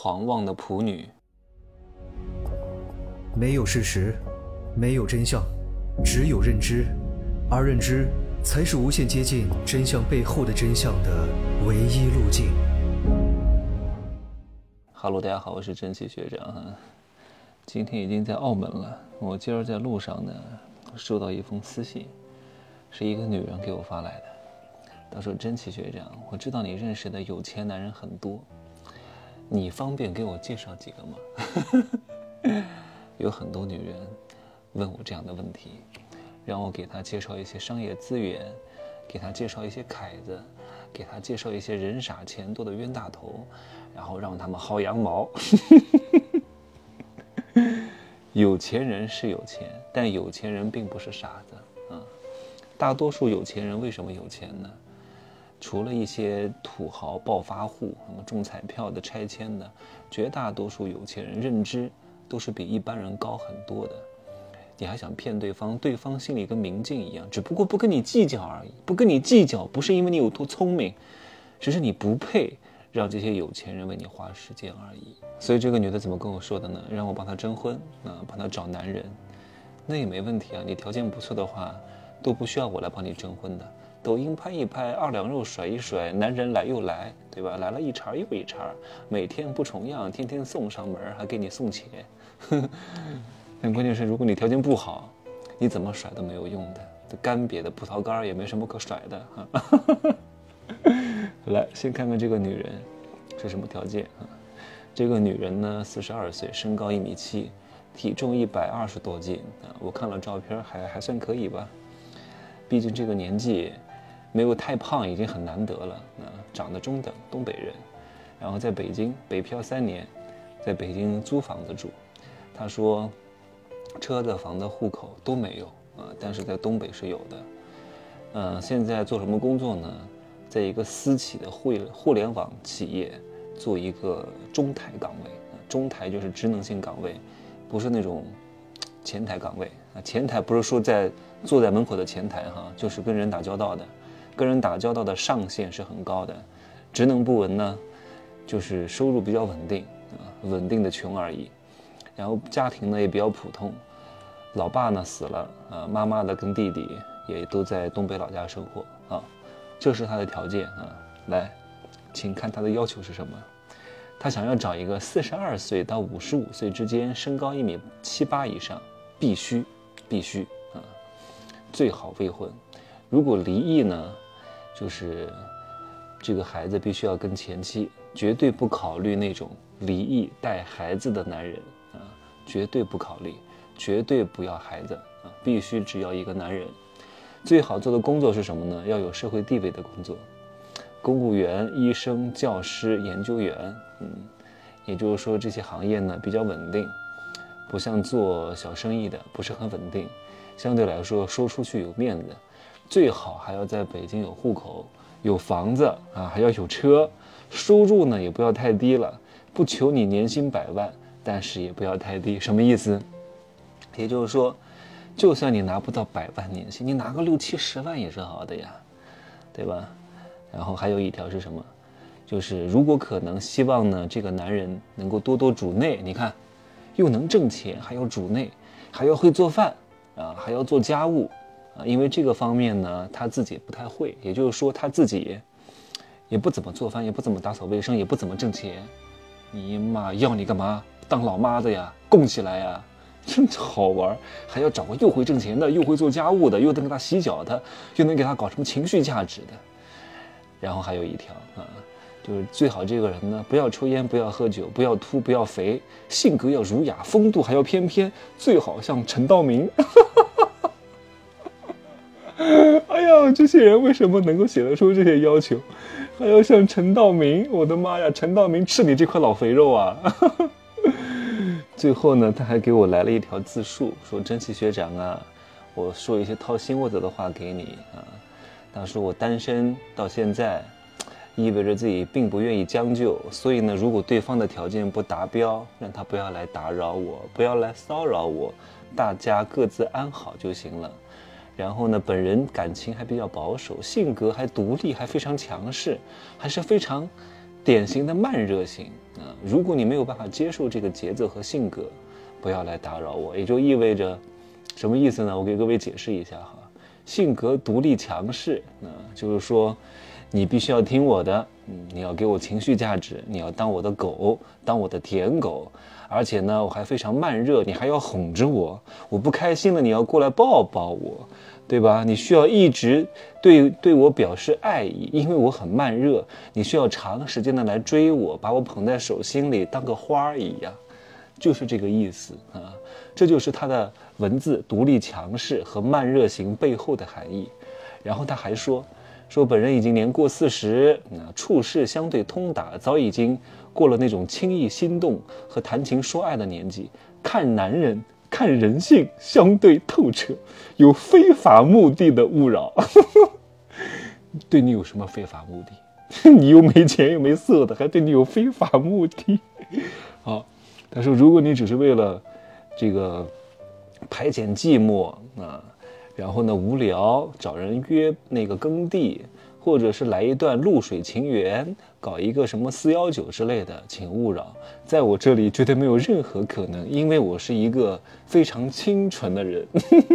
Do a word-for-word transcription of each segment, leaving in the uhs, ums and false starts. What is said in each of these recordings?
狂妄的仆女。 没有事实，没有真相，只有认知，而认知才是无限接近真相背后的真相的唯一路径。 哈喽，大家好，我是真奇学长哈。今天已经在澳门了，我今儿在路上呢，收到一封私信，是一个女人给我发来的。她说：“真奇学长，我知道你认识的有钱男人很多，你方便给我介绍几个吗？”有很多女人问我这样的问题，让我给她介绍一些商业资源，给她介绍一些凯子，给她介绍一些人傻钱多的冤大头，然后让他们薅羊毛。有钱人是有钱，但有钱人并不是傻子啊。大多数有钱人为什么有钱呢？除了一些土豪暴发户，什么中彩票的、拆迁的，绝大多数有钱人认知都是比一般人高很多的。你还想骗对方，对方心里跟明镜一样，只不过不跟你计较而已。不跟你计较，不是因为你有多聪明，只是你不配让这些有钱人为你花时间而已。所以这个女的怎么跟我说的呢？让我帮她征婚啊，帮她找男人，那也没问题啊。你条件不错的话，都不需要我来帮你征婚的。抖音拍一拍，二两肉甩一甩，男人来又来，对吧？来了一茬又一茬，每天不重样，天天送上门，还给你送钱。但关键是，如果你条件不好，你怎么甩都没有用的，这干瘪的葡萄干也没什么可甩的。来，先看看这个女人是什么条件啊？这个女人呢，四十二岁，身高一米七，体重一百二十多斤啊。我看了照片还，还还算可以吧。毕竟这个年纪，没有太胖已经很难得了啊。长得中等，东北人，然后在北京北漂三年，在北京租房子住。她说，车子、房子、户口都没有啊，但是在东北是有的。嗯、呃，现在做什么工作呢？在一个私企的互互联网企业做一个中台岗位，中台就是职能性岗位，不是那种前台岗位啊。前台不是说在坐在门口的前台哈，就是跟人打交道的，跟人打交道的上限是很高的。职能不稳呢，就是收入比较稳定啊，稳定的穷而已。然后家庭呢也比较普通，老爸呢死了啊，妈妈的跟弟弟也都在东北老家生活啊。这是他的条件啊，来，请看他的要求是什么？他想要找一个四十二岁到五十五岁之间，身高一米七八以上，必须必须啊，最好未婚。如果离异呢，就是这个孩子必须要跟前妻，绝对不考虑那种离异带孩子的男人啊，绝对不考虑，绝对不要孩子啊，必须只要一个男人。最好做的工作是什么呢？要有社会地位的工作，公务员、医生、教师、研究员，嗯，也就是说这些行业呢比较稳定，不像做小生意的不是很稳定，相对来说说出去有面子。最好还要在北京有户口、有房子啊，还要有车，收入呢也不要太低了，不求你年薪百万，但是也不要太低。什么意思？也就是说，就算你拿不到百万年薪，你拿个六七十万也是好的呀，对吧？然后还有一条是什么？就是如果可能，希望呢这个男人能够多多主内。你看，又能挣钱，还要主内，还要会做饭啊，还要做家务啊。因为这个方面呢，他自己不太会，也就是说他自己也不怎么做饭，也不怎么打扫卫生，也不怎么挣钱。你妈要你干嘛？当老妈子呀，供起来呀！真好玩，还要找个又会挣钱的，又会做家务的，又能给他洗脚的，又能给他搞什么情绪价值的。然后还有一条啊，就是最好这个人呢，不要抽烟，不要喝酒，不要秃，不要肥，性格要儒雅，风度还要翩翩，最好像陈道明。哎呀，这些人为什么能够写得出这些要求？还要像陈道明，我的妈呀，陈道明吃你这块老肥肉啊！最后呢，他还给我来了一条自述，说真奇学长啊，我说一些掏心窝子的话给你啊。他说我单身到现在，意味着自己并不愿意将就，所以呢，如果对方的条件不达标，让他不要来打扰我，不要来骚扰我，大家各自安好就行了。然后呢，本人感情还比较保守，性格还独立，还非常强势，还是非常典型的慢热型啊。如果你没有办法接受这个节奏和性格，不要来打扰我。也就意味着什么意思呢？我给各位解释一下哈。性格独立强势，啊，就是说你必须要听我的，嗯，你要给我情绪价值，你要当我的狗，当我的舔狗，而且呢，我还非常慢热，你还要哄着我，我不开心了，你要过来抱抱我，对吧？你需要一直对对我表示爱意，因为我很慢热，你需要长时间的来追我，把我捧在手心里，当个花儿一样，就是这个意思啊。这就是他的文字独立强势和慢热型背后的含义。然后他还说说本人已经年过四十，啊，处事相对通达，早已经过了那种轻易心动和谈情说爱的年纪，看男人看人性相对透彻，有非法目的的勿扰。对你有什么非法目的？你又没钱又没色的，还对你有非法目的？好，他说如果你只是为了这个排遣寂寞啊，然后呢无聊找人约那个耕地，或者是来一段露水情缘，搞一个什么四一九之类的，请勿扰，在我这里绝对没有任何可能，因为我是一个非常清纯的人。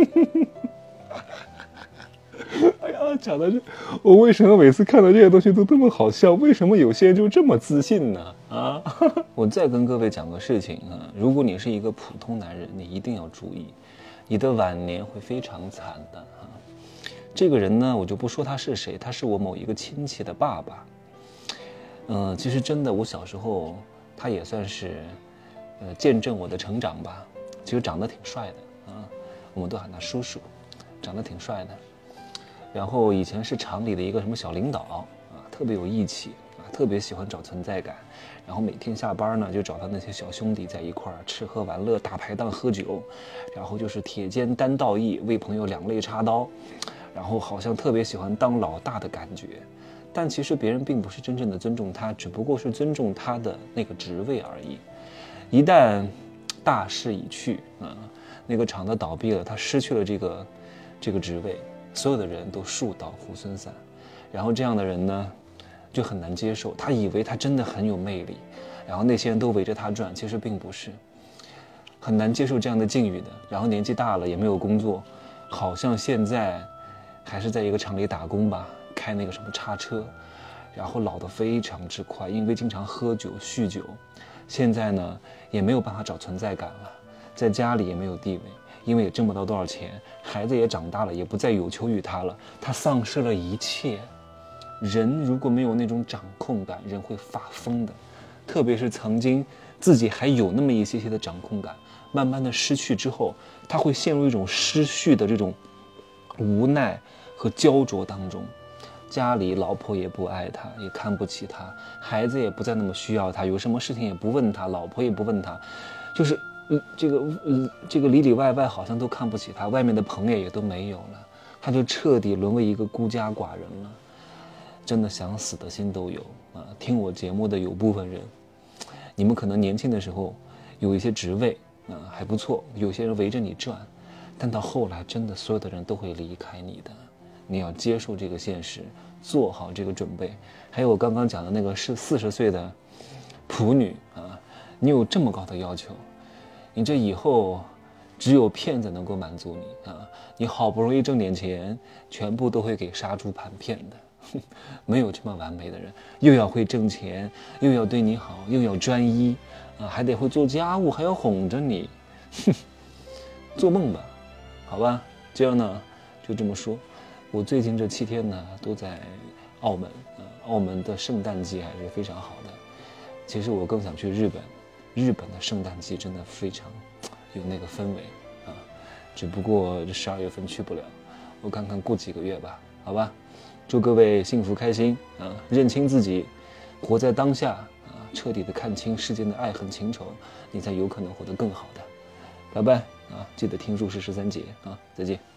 哎呀，讲的是我为什么每次看到这些东西都这么好笑？为什么有些人就这么自信呢？啊，我再跟各位讲个事情啊，如果你是一个普通男人，你一定要注意，你的晚年会非常惨的啊。这个人呢，我就不说他是谁，他是我某一个亲戚的爸爸。嗯、呃，其实真的，我小时候他也算是，呃，见证我的成长吧。其实长得挺帅的啊，我们都喊他叔叔，长得挺帅的。然后以前是厂里的一个什么小领导啊，特别有义气啊，特别喜欢找存在感。然后每天下班呢，就找他那些小兄弟在一块儿吃喝玩乐、大排档喝酒，然后就是铁肩担道义，为朋友两肋插刀，然后好像特别喜欢当老大的感觉。但其实别人并不是真正的尊重他，只不过是尊重他的那个职位而已。一旦大势已去啊，那个厂子倒闭了，他失去了这个这个职位。所有的人都树倒猢狲散，然后这样的人呢，就很难接受。他以为他真的很有魅力，然后那些人都围着他转，其实并不是，很难接受这样的境遇的。然后年纪大了也没有工作，好像现在还是在一个厂里打工吧，开那个什么叉车，然后老得非常之快，因为经常喝酒酗酒。现在呢也没有办法找存在感了，在家里也没有地位。因为也挣不到多少钱，孩子也长大了，也不再有求于他了，他丧失了一切。人如果没有那种掌控感，人会发疯的。特别是曾经自己还有那么一些些的掌控感，慢慢的失去之后，他会陷入一种失序的这种无奈和焦灼当中。家里老婆也不爱他，也看不起他，孩子也不再那么需要他，有什么事情也不问他，老婆也不问他，就是嗯，这个嗯，这个里里外外好像都看不起他，外面的朋友也都没有了，他就彻底沦为一个孤家寡人了，真的想死的心都有啊！听我节目的有部分人，你们可能年轻的时候有一些职位啊还不错，有些人围着你转，但到后来真的所有的人都会离开你的，你要接受这个现实，做好这个准备。还有我刚刚讲的那个是四十岁的仆女啊，你有这么高的要求？你这以后只有骗子能够满足你啊！你好不容易挣点钱，全部都会给杀猪盘骗的，没有这么完美的人，又要会挣钱，又要对你好，又要专一啊，还得会做家务，还要哄着你，做梦吧，好吧？这样呢，就这么说。我最近这七天呢，都在澳门啊，澳门的圣诞季还是非常好的。其实我更想去日本。日本的圣诞季真的非常有那个氛围啊，只不过这十二月份去不了，我看看过几个月吧，好吧？祝各位幸福开心啊，认清自己，活在当下啊，彻底的看清世间的爱恨情仇，你才有可能活得更好的。拜拜啊，记得听入世十三节啊，再见。